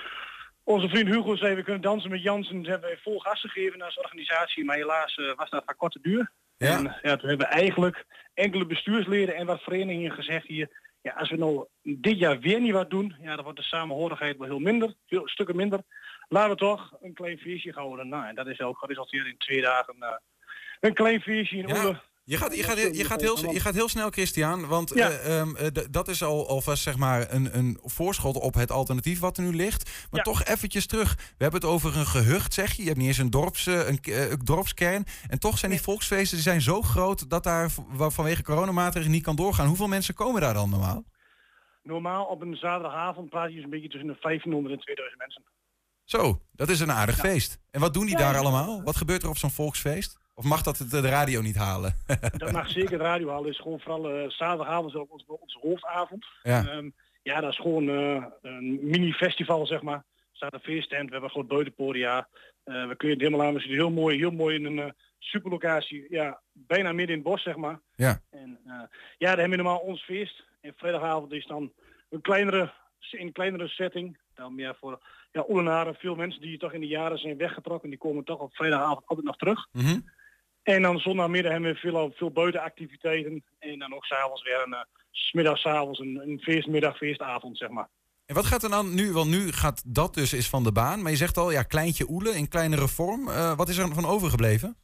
onze vriend Hugo zei we kunnen dansen met Jansen. Ze hebben wij vol gas gegeven als organisatie. Maar helaas uh, was dat van korte duur. Ja. En uh, ja, toen hebben we eigenlijk enkele bestuursleden en wat verenigingen gezegd hier. Ja, als we nou dit jaar weer niet wat doen, ja, dan wordt de samenhorigheid wel heel minder. Veel stukken minder. Laten we toch een klein feestje houden. Nou, en dat is ook geresulteerd in twee dagen uh, een klein feestje in ja. Oele. Je gaat, je, gaat, je, gaat heel, je gaat heel snel, Christian, want ja. uh, um, uh, d- dat is al alvast zeg maar een, een voorschot op het alternatief wat er nu ligt. Maar ja. toch eventjes terug. We hebben het over een gehucht, zeg je. Je hebt niet eens een, dorps, uh, een, uh, een dorpskern. En toch zijn die volksfeesten die zijn zo groot dat daar v- vanwege coronamaatregelen niet kan doorgaan. Hoeveel mensen komen daar dan normaal? Normaal op een zaterdagavond praat je dus een beetje tussen de vijftienhonderd en tweeduizend mensen. Zo, dat is een aardig ja. feest. En wat doen die ja, daar allemaal? Wat gebeurt er op zo'n volksfeest? Of mag dat de radio niet halen? Dat mag zeker de radio halen. Het is gewoon vooral uh, zaterdagavond ook onze, onze hoofdavond. Ja. Um, ja, dat is gewoon uh, een mini-festival, zeg maar. Er staat een feesttent, we hebben een groot buitenpodia. Uh, we kunnen het helemaal aan. We zitten heel mooi, heel mooi in een uh, superlocatie. Ja, bijna midden in het bos, zeg maar. Ja. En uh, ja, daar hebben we normaal ons feest. En vrijdagavond is dan een kleinere, een kleinere setting. Dan meer voor ja, Oelenaren, veel mensen die toch in de jaren zijn weggetrokken. Die komen toch op vrijdagavond altijd nog terug. Mm-hmm. En dan zondagmiddag hebben we veel, veel buitenactiviteiten. En dan ook s'avonds weer een, uh, 's middags, 's avonds een, een feestmiddag, feestavond, zeg maar. En wat gaat er dan nu? Want nu gaat dat dus is van de baan. Maar je zegt al, ja, Kleintje Oele in kleinere vorm. Uh, wat is er van overgebleven?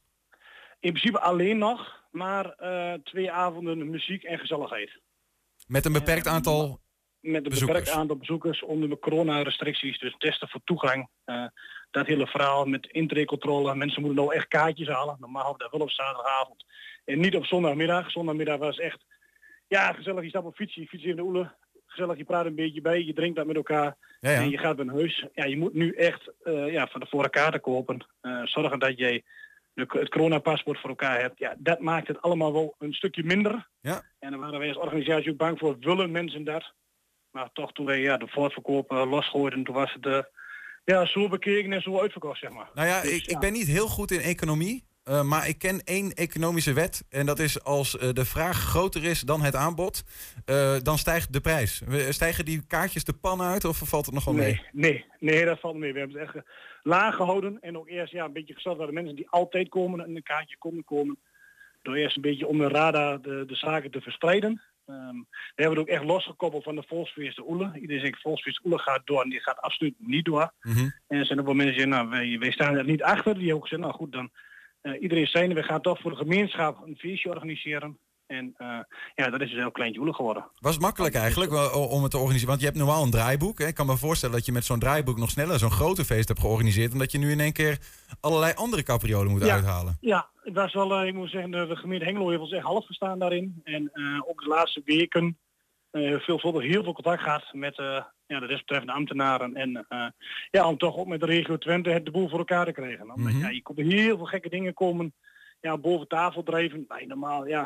In principe alleen nog, maar uh, twee avonden muziek en gezelligheid. Met een beperkt en, aantal Met een bezoekers. beperkt aantal bezoekers onder de coronarestricties. Dus testen voor toegang. Uh, dat hele verhaal met intreecontrole. Mensen moeten nou echt kaartjes halen. Normaal hadden we dat wel op zaterdagavond. En niet op zondagmiddag. Zondagmiddag was echt, ja, gezellig. Je stapt op fiets, je fiets in de Oele. Gezellig, je praat een beetje bij, je drinkt dat met elkaar. Ja, ja. En je gaat bij een huis. Ja, je moet nu echt uh, ja, van tevoren kaarten kopen. Uh, zorgen dat je de, het coronapaspoort voor elkaar hebt. Ja, dat maakt het allemaal wel een stukje minder. Ja. En daar waren wij als organisatie ook bang voor. Willen mensen dat? Maar toch toen wij ja, de voorverkoop uh, losgooiden, toen was het uh, ja, zo bekeken en zo uitverkocht, zeg maar. Nou ja, dus, ik, ja. ik ben niet heel goed in economie. Uh, maar ik ken één economische wet. En dat is als uh, de vraag groter is dan het aanbod, uh, dan stijgt de prijs. Stijgen die kaartjes de pan uit of valt het nog wel mee? Nee, nee, nee, dat valt mee. We hebben het echt uh, laag gehouden. En ook eerst ja, een beetje gesteld waar de mensen die altijd komen en een kaartje konden komen. Door eerst een beetje om de radar de, de zaken te verspreiden. Um, we hebben het ook echt losgekoppeld van de volksfeest Oele. Iedereen zegt volksfeest Oele gaat door en die gaat absoluut niet door. Mm-hmm. En er zijn ook wel mensen die zeggen, nou, wij, wij staan er niet achter. Die hebben ook gezegd, nou goed, dan uh, iedereen zijn er. We gaan toch voor de gemeenschap een feestje organiseren. En uh, ja, dat is dus een heel kleintje Oele geworden. Was het makkelijk eigenlijk om het te organiseren? Want je hebt normaal een draaiboek. Hè? Ik kan me voorstellen dat je met zo'n draaiboek nog sneller zo'n grote feest hebt georganiseerd. En dat je nu in één keer allerlei andere capriolen moet ja, uithalen. Ja, het was wel, uh, ik moet zeggen, de, de gemeente Hengelo heeft ons echt half gestaan daarin. En uh, ook de laatste weken uh, veelvuldig heel veel contact gehad met uh, ja, de desbetreffende ambtenaren. En uh, ja, om toch ook met de regio Twente het de boel voor elkaar te krijgen. Omdat, mm-hmm. ja, je komt er heel veel gekke dingen komen ja, boven tafel drijven. Nee, normaal, ja.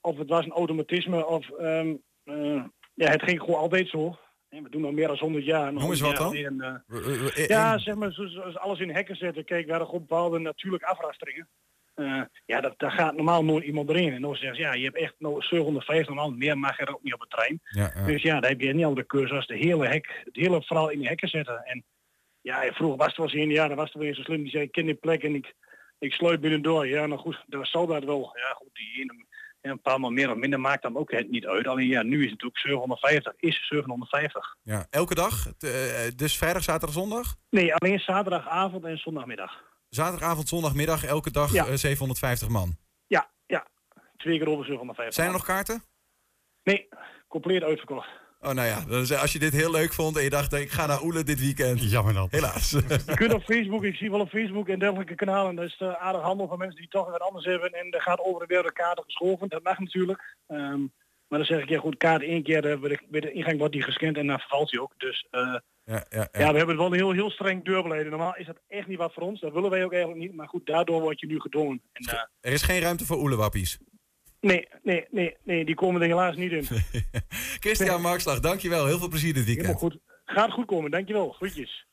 of het was een automatisme of um, uh, ja, het ging gewoon altijd zo. En we doen al meer dan honderd jaar. Noem eens wat dan? En, uh, ja, zeg maar, zoals alles in hekken zetten. Kijk, we hadden gewoon bepaalde natuurlijke afrasteringen. Uh, ja, dat, daar gaat normaal nooit iemand erin. En dan zegt ja, je hebt echt nou zevenhonderdvijftig man, meer mag er ook niet op het terrein. Ja, ja. Dus ja, daar heb je niet andere keuze als de hele hek, het hele verhaal in de hekken zetten. En ja, vroeger was het wel eens in, ja, dan was er weer zo slim, die zei, ik ken die plek en ik, ik sluit binnendoor. Ja, nou goed, dan zal dat wel. Ja, goed, die ene, ja, een paar maal meer of minder maakt dan ook het niet uit. Alleen ja, nu is het ook zevenhonderdvijftig, is zevenhonderdvijftig. Ja, elke dag? Dus vrijdag, zaterdag, zondag? Nee, alleen zaterdagavond en zondagmiddag. Zaterdagavond, zondagmiddag, elke dag ja. uh, zevenhonderdvijftig man? Ja, ja. Twee keer over zevenhonderdvijftig. Zijn er nog kaarten? Nee, compleet uitverkocht. Oh, nou ja, dus als je dit heel leuk vond en je dacht, ik ga naar Oele dit weekend. Jammer dan. Helaas. Je kunt op Facebook, ik zie wel op Facebook en dergelijke kanalen, dat is uh, aardig handel van mensen die toch wat anders hebben. En er gaat over de wereld kaarten geschoven, dat mag natuurlijk. Um, maar dan zeg ik, ja goed, kaart één keer, uh, bij, de, bij de ingang wordt die gescand en dan vervalt hij ook. Dus uh, ja, ja, ja. ja, we hebben wel een heel, heel streng deurbeleid. Normaal is dat echt niet wat voor ons, dat willen wij ook eigenlijk niet. Maar goed, daardoor word je nu gedwongen. En, uh, er is geen ruimte voor Oelewappies? Nee, nee, nee, nee, die komen er helaas niet in. Christian Markslag, dankjewel. Heel veel plezier dit weekend. Helemaal goed. Gaat goed komen, dankjewel. Groetjes.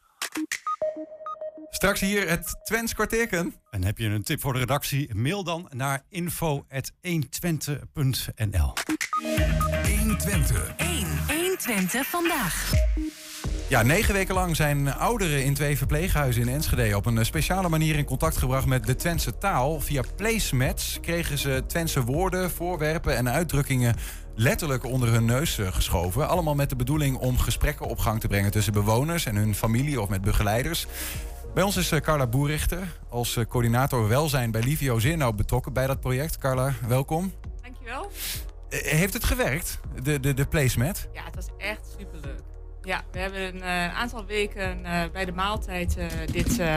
Straks hier het Twents kwartierken. En heb je een tip voor de redactie? Mail dan naar info at honderdtwintig punt n l. honderdtwintig. honderdtwintig vandaag. Ja, negen weken lang zijn ouderen in twee verpleeghuizen in Enschede op een speciale manier in contact gebracht met de Twentse taal. Via placemats kregen ze Twentse woorden, voorwerpen en uitdrukkingen letterlijk onder hun neus geschoven. Allemaal met de bedoeling om gesprekken op gang te brengen tussen bewoners en hun familie of met begeleiders. Bij ons is Carla Boerichter als coördinator welzijn bij Livio zeer nauw betrokken bij dat project. Carla, welkom. Dankjewel. Heeft het gewerkt, de, de, de placemat? Ja, het was echt superleuk. Ja, we hebben een uh, aantal weken uh, bij de maaltijd uh, dit... Uh...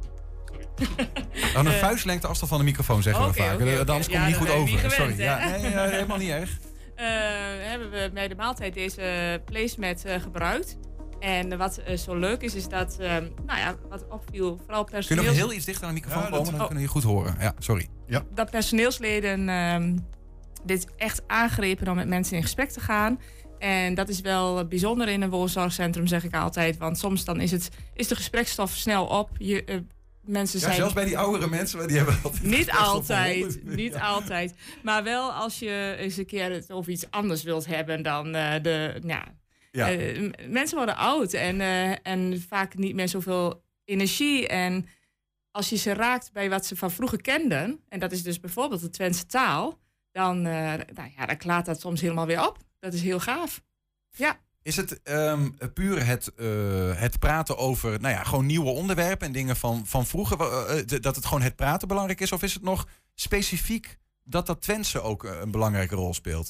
Aan een vuistlengte afstand van de microfoon zeggen we okay, vaak. Okay, okay. Anders komt ja, het niet goed over. Niet gewend, Sorry. Ja, nee, ja, helemaal niet erg. Uh, hebben we bij de maaltijd deze placemat uh, gebruikt. En uh, wat uh, zo leuk is, is dat, uh, nou ja, wat opviel, vooral personeels... Kun je nog heel iets dichter aan de microfoon ja, komen? Dan oh. kunnen we je goed horen. Ja, sorry. Ja. Dat personeelsleden uh, dit echt aangrepen om met mensen in gesprek te gaan. En dat is wel bijzonder in een woonzorgcentrum, zeg ik altijd. Want soms dan is, het, is de gespreksstof snel op. Je, uh, mensen zijn... Ja, zelfs bij die oudere mensen, die hebben altijd... Niet altijd, niet ja. altijd. Maar wel als je eens een keer het over iets anders wilt hebben dan uh, de... Ja, ja. Uh, mensen worden oud en, uh, en vaak niet meer zoveel energie. En als je ze raakt bij wat ze van vroeger kenden... en dat is dus bijvoorbeeld de Twentse taal... dan, uh, nou ja, dan klaart dat soms helemaal weer op. Dat is heel gaaf. Ja. Is het um, puur het, uh, het praten over nou ja, gewoon nieuwe onderwerpen en dingen van, van vroeger, uh, dat het gewoon het praten belangrijk is? Of is het nog specifiek dat dat Twentse ook uh, een belangrijke rol speelt?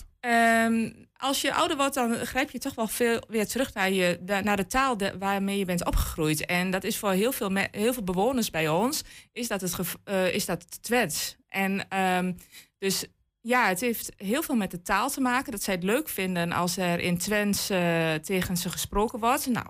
Um, als je ouder wordt, dan grijp je toch wel veel weer terug naar, je, naar de taal de, waarmee je bent opgegroeid. En dat is voor heel veel, me, heel veel bewoners bij ons, is dat het, uh, is dat het Twents. En um, dus... Ja, het heeft heel veel met de taal te maken. Dat zij het leuk vinden als er in Twents uh, tegen ze gesproken wordt. Nou, uh,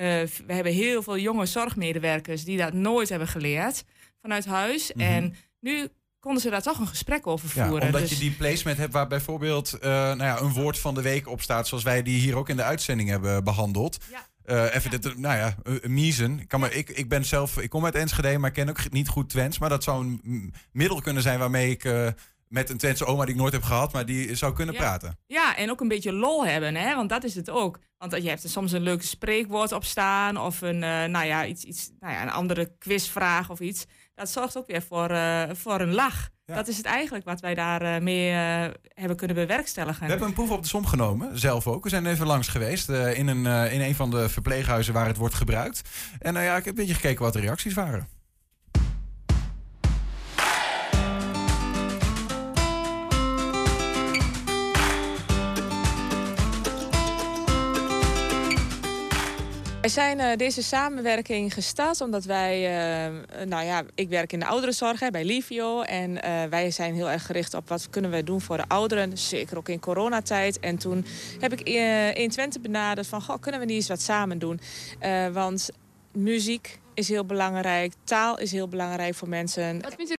we hebben heel veel jonge zorgmedewerkers die dat nooit hebben geleerd vanuit huis. Mm-hmm. En nu konden ze daar toch een gesprek over voeren. Ja, omdat dus... je die placement hebt waar bijvoorbeeld uh, nou ja, een woord van de week op staat, zoals wij die hier ook in de uitzending hebben behandeld. Ja. Uh, even ja. dit, nou ja, uh, Miezen. Ik, kan maar, ik, ik ben zelf, ik kom uit Enschede, maar ik ken ook niet goed Twents. Maar dat zou een m- middel kunnen zijn waarmee ik... Uh, met een Twentse oma die ik nooit heb gehad, maar die zou kunnen ja. praten. Ja, en ook een beetje lol hebben, hè? Want dat is het ook. Want je hebt er soms een leuk spreekwoord op staan of een, uh, nou ja, iets, iets, nou ja, een andere quizvraag of iets. Dat zorgt ook weer voor, uh, voor een lach. Ja. Dat is het eigenlijk wat wij daar uh, mee uh, hebben kunnen bewerkstelligen. We hebben een proef op de som genomen, zelf ook. We zijn even langs geweest uh, in, een, uh, in een van de verpleeghuizen waar het wordt gebruikt. En uh, ja, ik heb een beetje gekeken wat de reacties waren. Wij zijn uh, deze samenwerking gestart omdat wij, uh, nou ja, ik werk in de ouderenzorg hè, bij Livio. En uh, wij zijn heel erg gericht op wat kunnen we doen voor de ouderen. Zeker ook in coronatijd. En toen heb ik uh, in Twente benaderd van, goh, kunnen we niet eens wat samen doen? Uh, want muziek is heel belangrijk, taal is heel belangrijk voor mensen. Wat vindt u